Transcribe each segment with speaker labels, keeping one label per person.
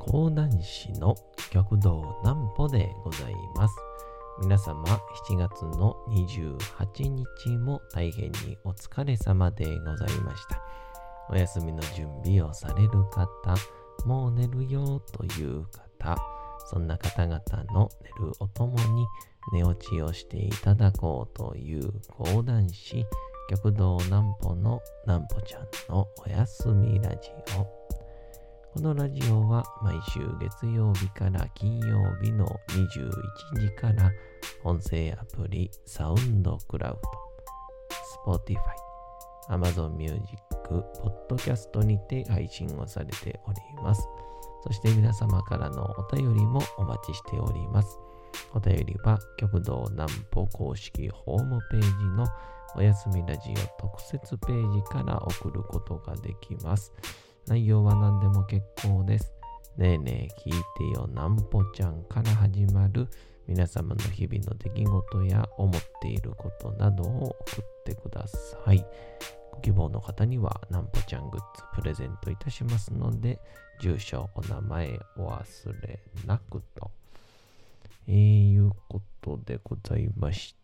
Speaker 1: 講談師の極道南歩でございます。皆様7月の28日も大変にお疲れ様でございました。お休みの準備をされる方、もう寝るよという方、そんな方々の寝るおともに寝落ちをしていただこうという講談師極道南歩の南歩ちゃんのおやすみラジオ。このラジオは毎週月曜日から金曜日の21時から音声アプリサウンドクラウド、Spotify、Amazon Music、Podcast にて配信をされております。そして皆様からのお便りもお待ちしております。お便りは極道南歩公式ホームページのおやすみラジオ特設ページから送ることができます。内容は何でも結構です。ねえねえ聞いてよ南歩ちゃんから始まる皆様の日々の出来事や思っていることなどを送ってください。ご希望の方には南歩ちゃんグッズプレゼントいたしますので、住所お名前お忘れなくということでございまして、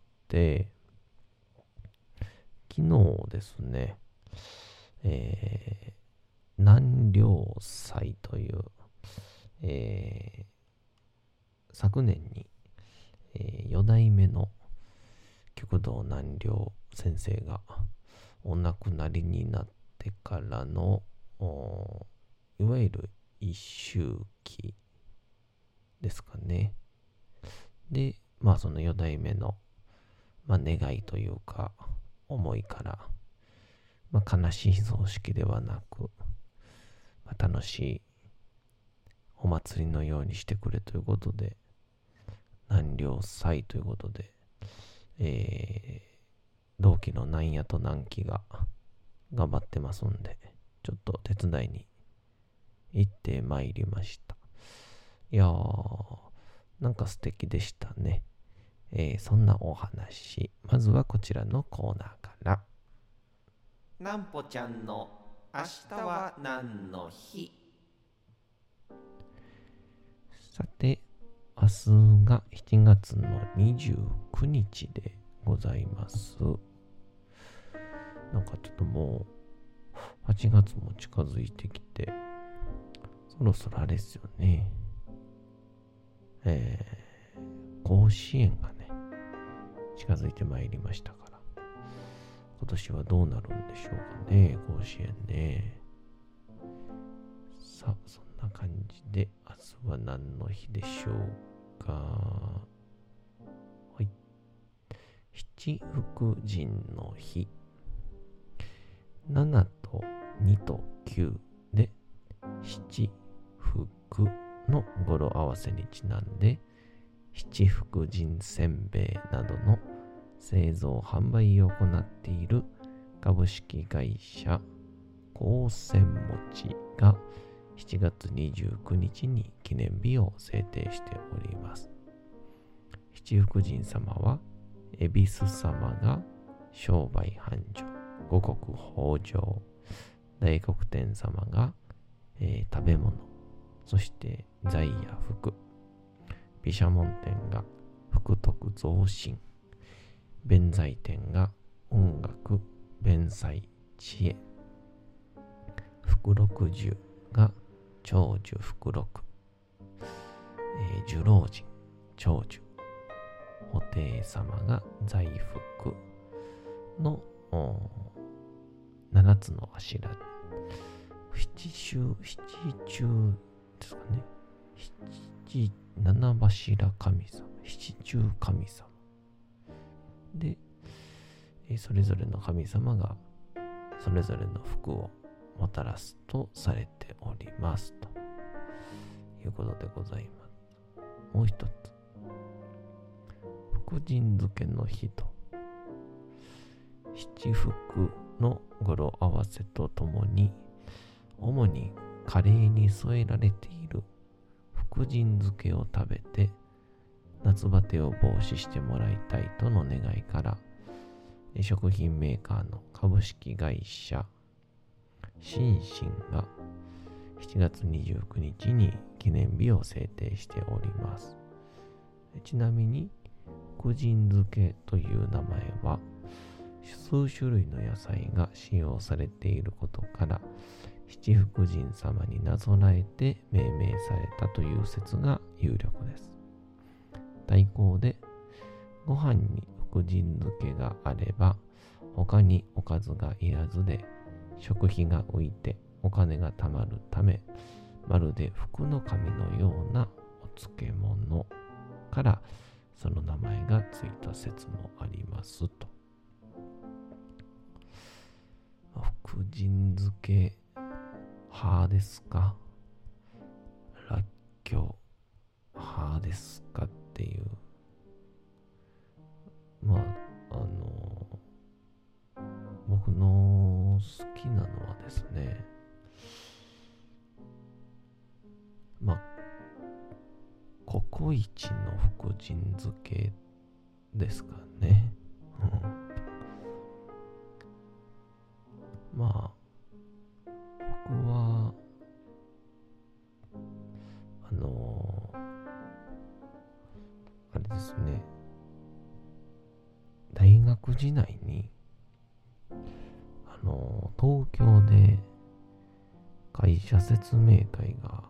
Speaker 1: 昨日ですね、南陵祭という、昨年に、4代目の極道南陵先生がお亡くなりになってからのいわゆる一周忌ですかね。で、その4代目の、願いというか思いから、悲しい葬式ではなく、楽しいお祭りのようにしてくれということで、南陵祭ということで、同期の南野と南紀が頑張ってますんで、ちょっと手伝いに行ってまいりました。いやー、なんか素敵でしたね。そんなお話、まずはこちらのコーナーから。
Speaker 2: 南歩ちゃんの明日は何の日。
Speaker 1: さて、明日が7月の29日でございます。なんかちょっともう8月も近づいてきて、そろそろあれですよね。甲子園がね、近づいてまいりましたから、今年はどうなるんでしょうかね、甲子園ね。さあ、そんな感じで、明日は何の日でしょうか。はい。七福神の日。7と2と9で、七福の語呂合わせにちなんで、七福神せんべいなどの製造販売を行っている株式会社高専餅が7月29日に記念日を制定しております。七福神様は恵比寿様が商売繁盛、五穀豊穣、大黒天様が、食べ物、そして財や福、毘沙門天が福徳増進、弁財天が音楽、弁財、知恵、福禄寿が長寿福禄、寿老人、長寿、布袋様が財福の7つの柱、七中ですかね。七柱神様、七中神様で、それぞれの神様がそれぞれの福をもたらすとされておりますということでございます。もう一つ、福神漬けの日と七福の語呂合わせとともに、主にカレーに添えられている福神漬けを食べて夏バテを防止してもらいたいとの願いから、食品メーカーの株式会社シンシンが 7月29日に記念日を制定しております。ちなみに福神漬けという名前は数種類の野菜が使用されていることから七福神様になぞらえて命名されたという説が有力です。対抗でご飯に福神漬けがあれば他におかずがいらずで食費が浮いてお金が貯まるため、まるで福の神のようなお漬物からその名前がついた説もありますと。福神漬け派ですか、らっきょう派ですかっていう。僕の好きなのはですね、ココイチの福神漬けですかね。僕はあれですね、大学時代に東京で会社説明会が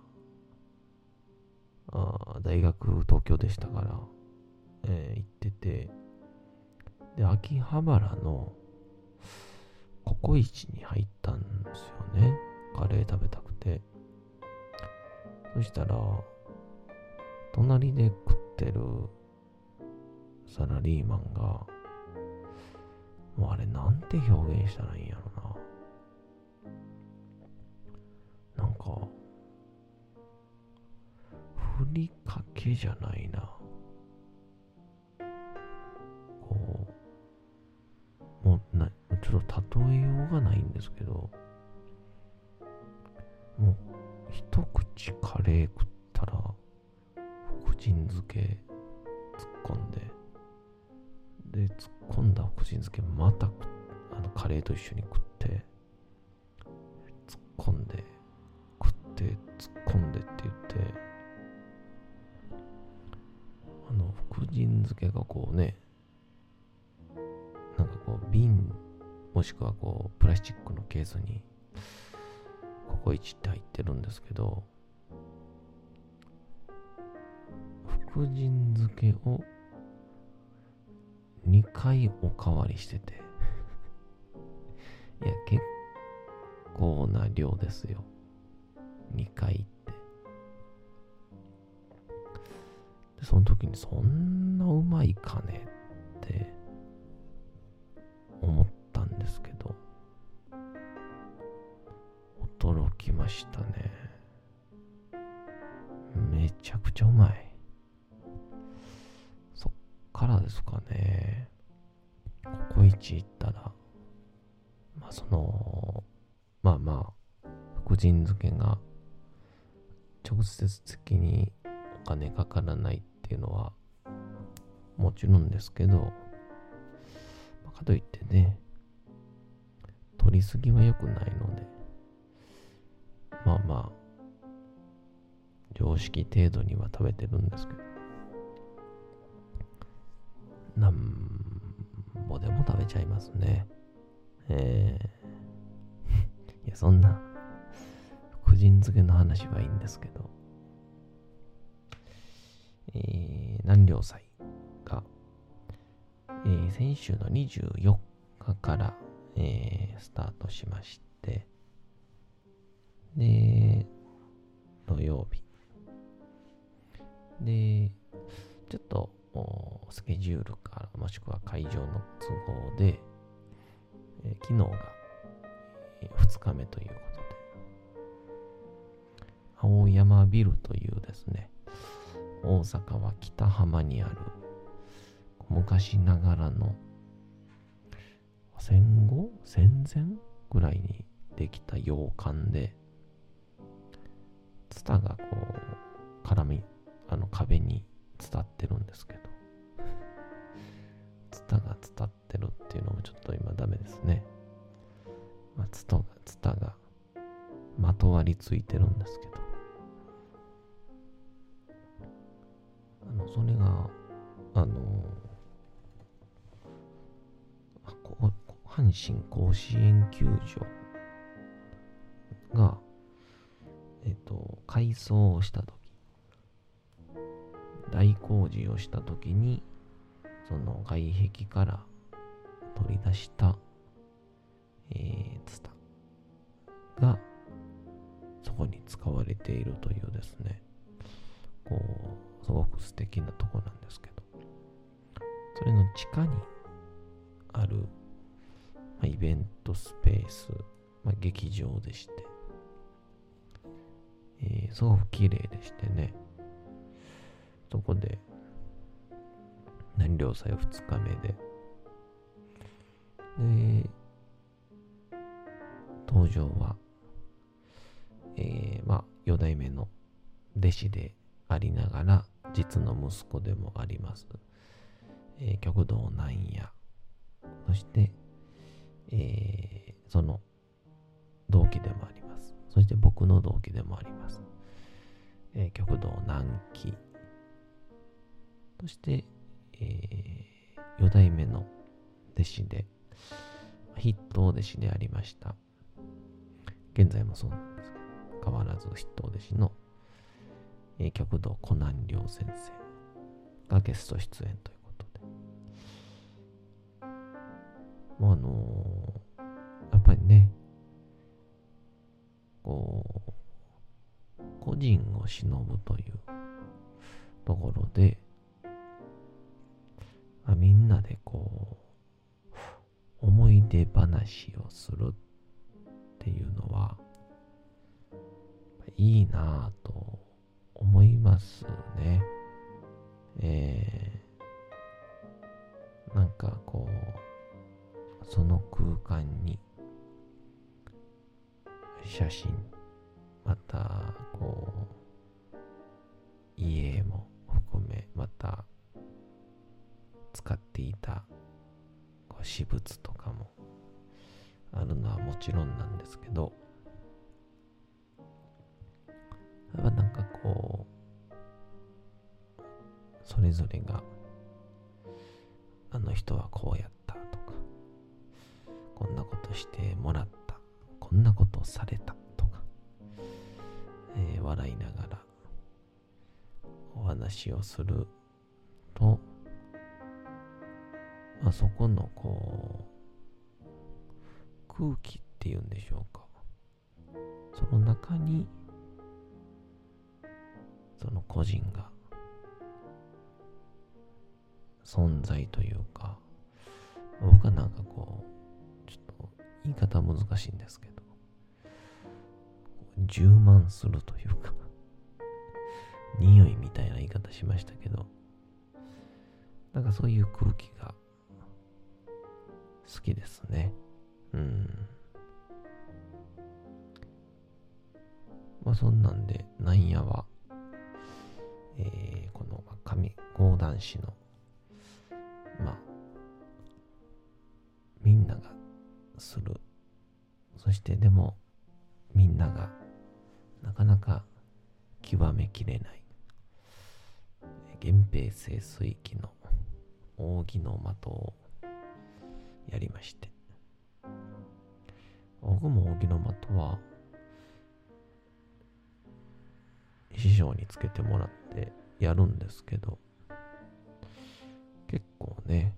Speaker 1: 大学東京でしたから、行ってて、で秋葉原のココイチに入ったんですよね。カレー食べたくて。そしたら隣で食ってるサラリーマンが、もうあれなんて表現したらいいんやろな。なんかふりかけじゃないな。ちょっと例えようがないんですけど、もう一口カレー食ったら福神漬け突っ込んで、突っ込んだ福神漬けまたカレーと一緒に食って、突っ込んで食って突っ込んでって言って、福神漬けがこうね、なんかこう瓶もしくはこうプラスチックのケースにココイチって入ってるんですけど、福神漬けを2回おかわりしてていや結構な量ですよ、2回って。でその時にそんなうまいかねって思ったんですけど、驚きましたね。めちゃくちゃうまい。そっからですかね、ココイチ行ったら福神漬けが直接的にお金かからないっていうのはもちろんですけど、かといってね、取りすぎは良くないので、常識程度には食べてるんですけど、なんぼでも食べちゃいますね。いや、そんな福神漬けの話はいいんですけど、南陵祭が、先週の24日から、スタートしまして、で、土曜日で、ちょっとスケジュールからもしくは会場の都合で、昨日が2日目ということで、青山ビルというですね、大阪は北浜にある昔ながらの戦前ぐらいにできた洋館で、ツタがこう壁に伝ってるんですけど、ツタが伝ってるっていうのもちょっと今ダメですね。ツタがまとわまりついてるんですけど、それが阪神甲子園球場が改装をしたとき、大工事をしたときに、その外壁から取り出したツタがそこに使われているというですね、すごく素敵なとこなんですけど、それの地下にある、イベントスペース、劇場でして、すごく綺麗でしてね、そこで両祭2日目で、登場は、4代目の弟子でありながら実の息子でもあります、極道南也、そして、その同期でもあります。そして僕の同期でもあります、極道南紀、そして、4代目の弟子で筆頭弟子でありました、現在もそうなんですけど変わらず筆頭弟子の、極道湖南良先生がゲスト出演ということで、やっぱりね、個人を偲ぶというところで、みんなで思い出話をするっていうのはいいなぁと思いますね。なんかその空間に写真、また家も含め、また使っていた私物とかもあるのはもちろんなんですけど、なんかそれぞれがあの人はこうやったとか、こんなことしてもらった、こんなことされたとか、笑いながらお話をすると、そこの空気っていうんでしょうか、その中にその個人が存在というか、僕はなんかちょっと言い方難しいんですけど、充満するというか匂いみたいな言い方しましたけど、なんかそういう空気が好きですね。そんなんでなんやは、この講談師のみんながする、そしてでもみんながなかなか極めきれない源平盛衰期の扇の的をやりまして、僕も扇の的は師匠につけてもらってやるんですけど、結構ね、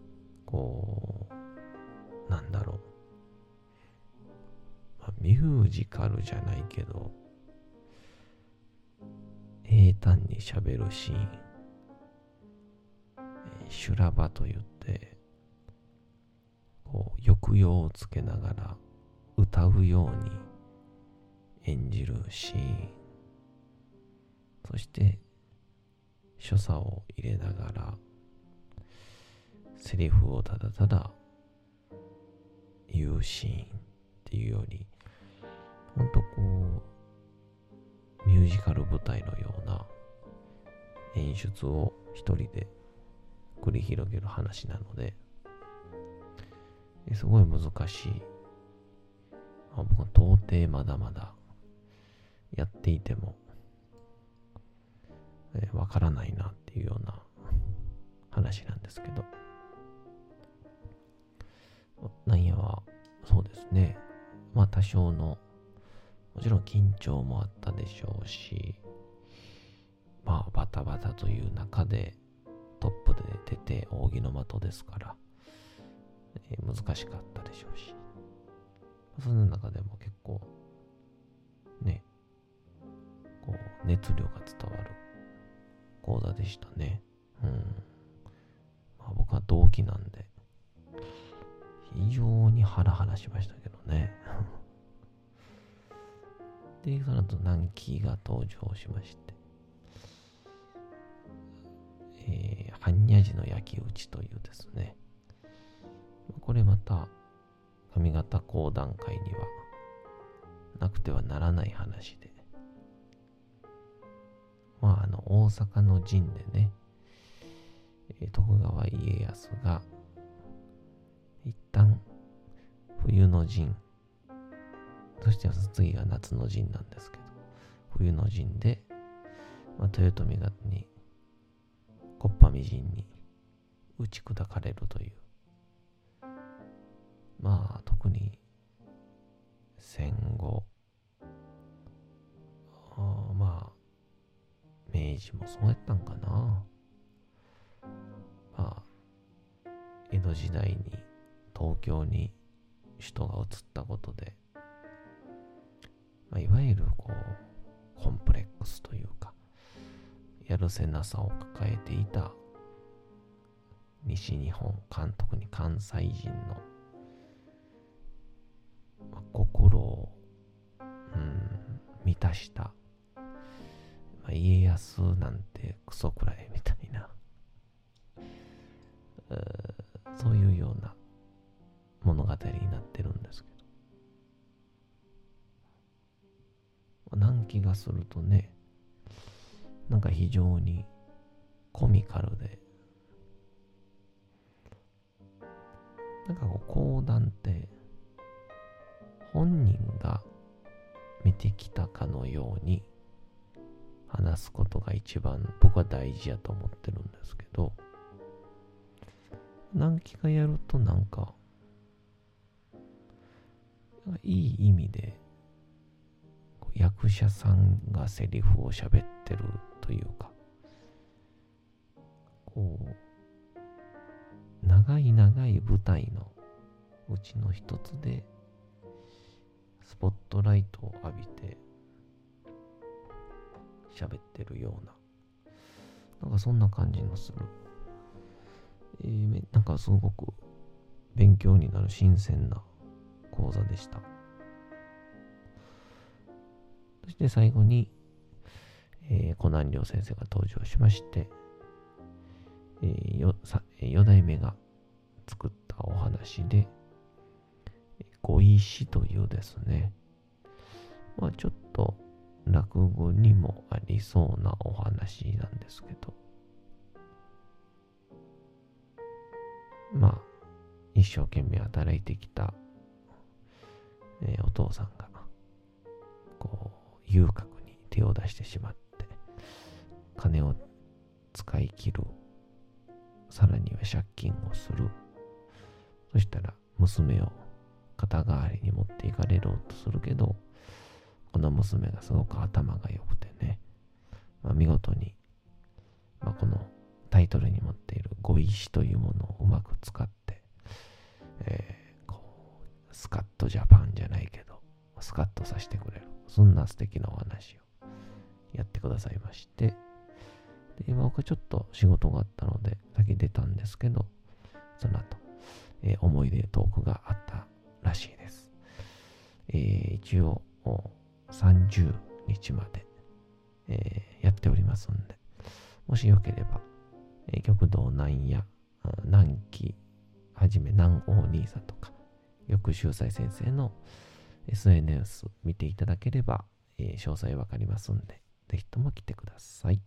Speaker 1: なんだろう、ミュージカルじゃないけど平坦に喋るシーン、修羅場と言って抑揚をつけながら歌うように演じるシーン、そして所作を入れながらセリフをただただ言うシーンっていうより、ほんとミュージカル舞台のような演出を一人で繰り広げる話なので、すごい難しい。僕は到底まだまだやっていても、わからないなっていうような話なんですけど、なんやはそうですね、まあ多少のもちろん緊張もあったでしょうし、まあバタバタという中でトップで出て扇の的ですから、難しかったでしょうし、その中でも結構ね、こう熱量が伝わる講座でしたね。まあ、僕は同期なんで非常にハラハラしましたけどね。で、その後南紀が登場しまして、般若寺の焼き打ちというですね、これまた上方講談会にはなくてはならない話で、まあ大阪の陣でね、徳川家康が一旦冬の陣、そして次が夏の陣なんですけど、冬の陣で、豊臣方に木っ端みじんに打ち砕かれるという、まあ特に戦後、まあ明治もそうやったんかな。まあ江戸時代に東京に首都が移ったことで、いわゆるこうコンプレックスというか、やるせなさを抱えていた西日本、特に関西人の、心を、満たした、家康なんてクソくらいみたいな、そういうような物語になってるんですけど、難気がするとね、なんか非常にコミカルで、なんかこう講談って本人が見てきたかのように話すことが一番僕は大事やと思ってるんですけど、南紀がやるとなんかいい意味で役者さんがセリフを喋ってるというか、こう長い長い舞台のうちの一つでスポットライトを浴びて喋ってるような、なんかそんな感じのする、なんかすごく勉強になる新鮮な講座でした。そして最後に、湖南寮先生が登場しまして、四代目が作ったお話で、ご意志というですね、ちょっと落語にもありそうなお話なんですけど、一生懸命働いてきた、お父さんがこう遊郭に手を出してしまって、金を使い切る、さらには借金をする。そしたら娘を肩代わりに持っていかれようとするけど、この娘がすごく頭が良くてね、見事に、このタイトルに持っているご意志というものをうまく使って、こうスカッとジャパンじゃないけどスカッとさせてくれる、そんな素敵なお話をやってくださいまして、で今僕はちょっと仕事があったので先出たんですけど、その後、思い出トークがあったらしいです。一応30日まで、やっておりますんで、もしよければ、極道南や南紀はじめ南王兄さんとか玉秀斎先生の SNS 見ていただければ、詳細わかりますんで、ぜひとも来てください。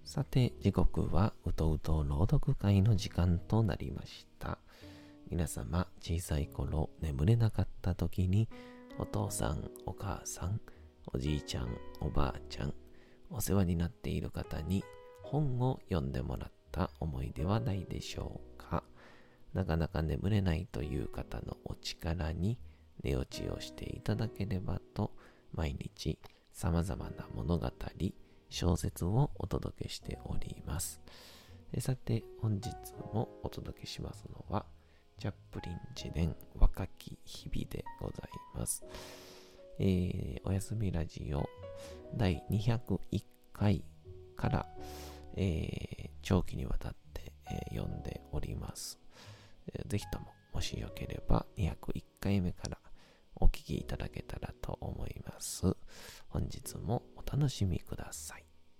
Speaker 1: さて、時刻はうとうと朗読会の時間となりました。皆様、小さい頃眠れなかった時に、お父さん、お母さん、おじいちゃん、おばあちゃん、お世話になっている方に本を読んでもらった思い出はないでしょうか。なかなか眠れないという方のお力に寝落ちをしていただければと、毎日様々な物語、小説をお届けしております。さて、本日もお届けしますのは、チャップリン自伝若き日々でございます。おやすみラジオ第201回から、長期にわたって、読んでおります。ぜひとも、もしよければ201回目からお聞きいただけたらと思います。本日もお楽しみください。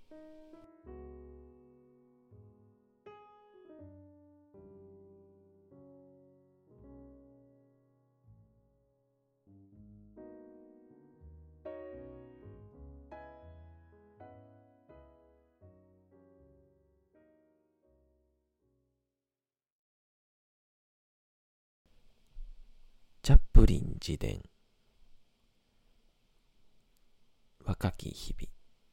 Speaker 1: チャップリン自伝若き日々。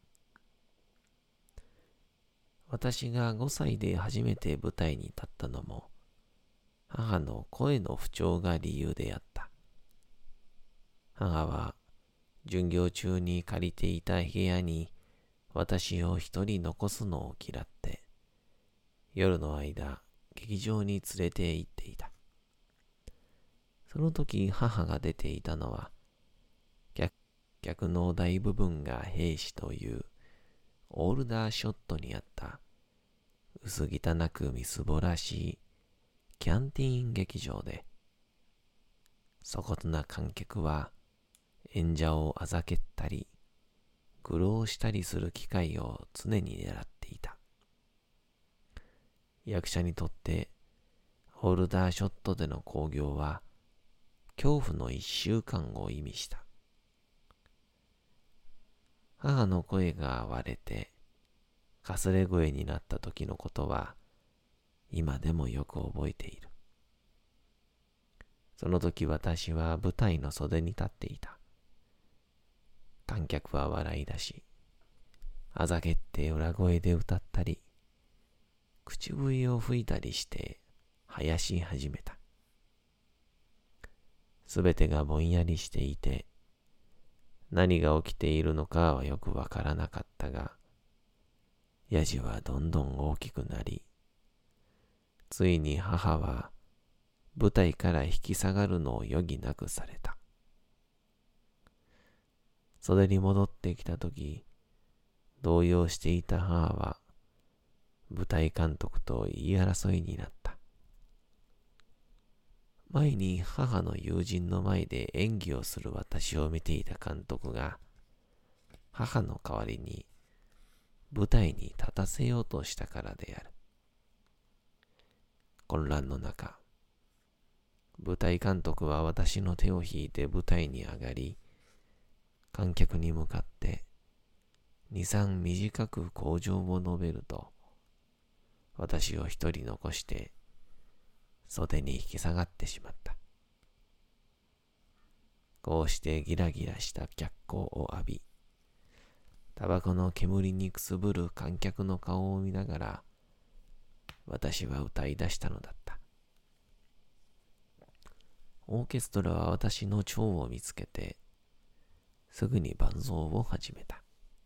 Speaker 1: 私が5歳で初めて舞台に立ったのも、母の声の不調が理由であった。母は巡業中に借りていた部屋に私を一人残すのを嫌って、夜の間劇場に連れて行っていた。その時母が出ていたのは、客の大部分が兵士というオールダーショットにあった薄汚くみすぼらしいキャンティーン劇場で、粗忽な観客は演者をあざけったり愚弄したりする機会を常に狙っていた。役者にとってオールダーショットでの興行は恐怖の1週間を意味した。母の声が割れてかすれ声になった時のことは今でもよく覚えている。その時私は舞台の袖に立っていた。観客は笑い出し、あざけって裏声で歌ったり、口笛を吹いたりして生やし始めた。すべてがぼんやりしていて、何が起きているのかはよくわからなかったが、やじはどんどん大きくなり、ついに母は舞台から引き下がるのを余儀なくされた。袖に戻ってきたとき、動揺していた母は舞台監督と言い争いになった。前に母の友人の前で演技をする私を見ていた監督が、母の代わりに舞台に立たせようとしたからである。混乱の中、舞台監督は私の手を引いて舞台に上がり、観客に向かって2、3短く口上を述べると、私を一人残して袖に引き下がってしまった。こうしてギラギラした脚光を浴び、タバコの煙にくすぶる観客の顔を見ながら、私は歌い出したのだった。オーケストラは私の蝶を見つけて、すぐに伴奏を始めた。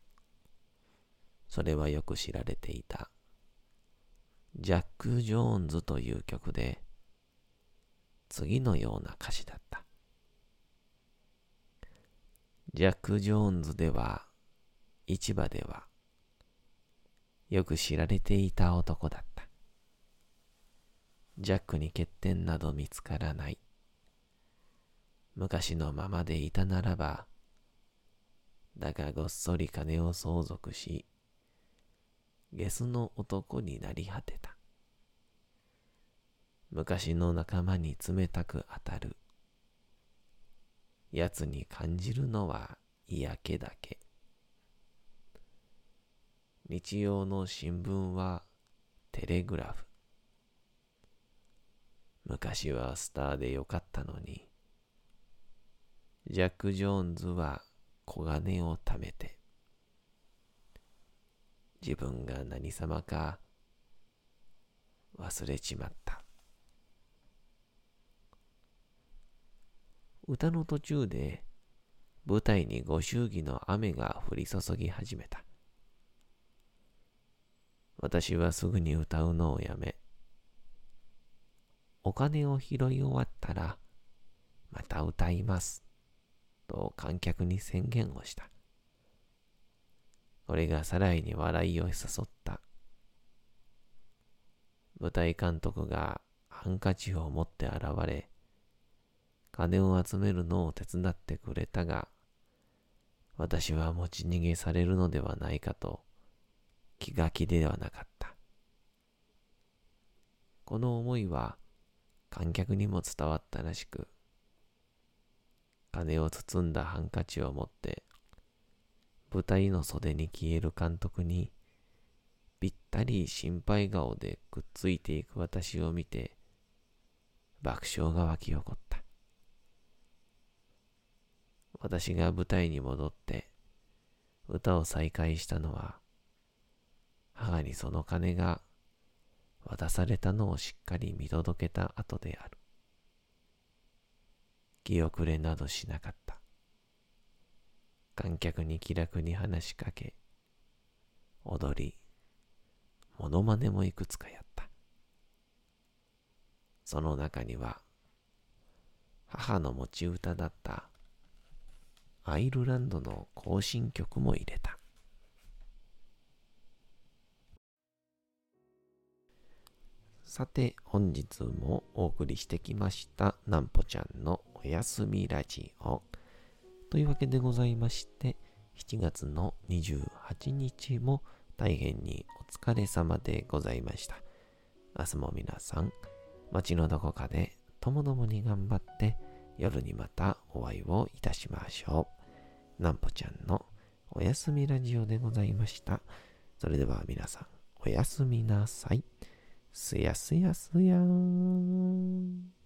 Speaker 1: それはよく知られていたジャック・ジョーンズという曲で、次のような歌詞だった。ジャック・ジョーンズでは、市場では、よく知られていた男だった。ジャックに欠点など見つからない。昔のままでいたならば、だがごっそり金を相続し、ゲスの男になり果てた。昔の仲間に冷たく当たる。奴に感じるのは嫌気だけ。 日曜の新聞はテレグラフ。昔はスターでよかったのに、ジャック・ジョーンズは小金を貯めて、自分が何様か忘れちまった。歌の途中で舞台にご祝儀の雨が降り注ぎ始めた。私はすぐに歌うのをやめ、お金を拾い終わったらまた歌いますと観客に宣言をした。これがさらに笑いを誘った。舞台監督がハンカチを持って現れ、金を集めるのを手伝ってくれたが、私は持ち逃げされるのではないかと気が気ではなかった。この思いは観客にも伝わったらしく、金を包んだハンカチを持って舞台の袖に消える監督にぴったり心配顔でくっついていく私を見て爆笑が湧き起こった。私が舞台に戻って歌を再開したのは、母にその金が渡されたのをしっかり見届けた後である。気遅れなどしなかった。観客に気楽に話しかけ、踊り、モノマネもいくつかやった。その中には、母の持ち歌だったアイルランドの行進曲も入れた。さて、本日もお送りしてきましたなんぽちゃんのおやすみラジオというわけでございまして、7月の28日も大変にお疲れ様でございました。明日も皆さん、街のどこかでともどもに頑張って夜にまたお会いをいたしましょう。なんぽちゃんのおやすみラジオでございました。それでは皆さん、おやすみなさい。すやすやすやーん。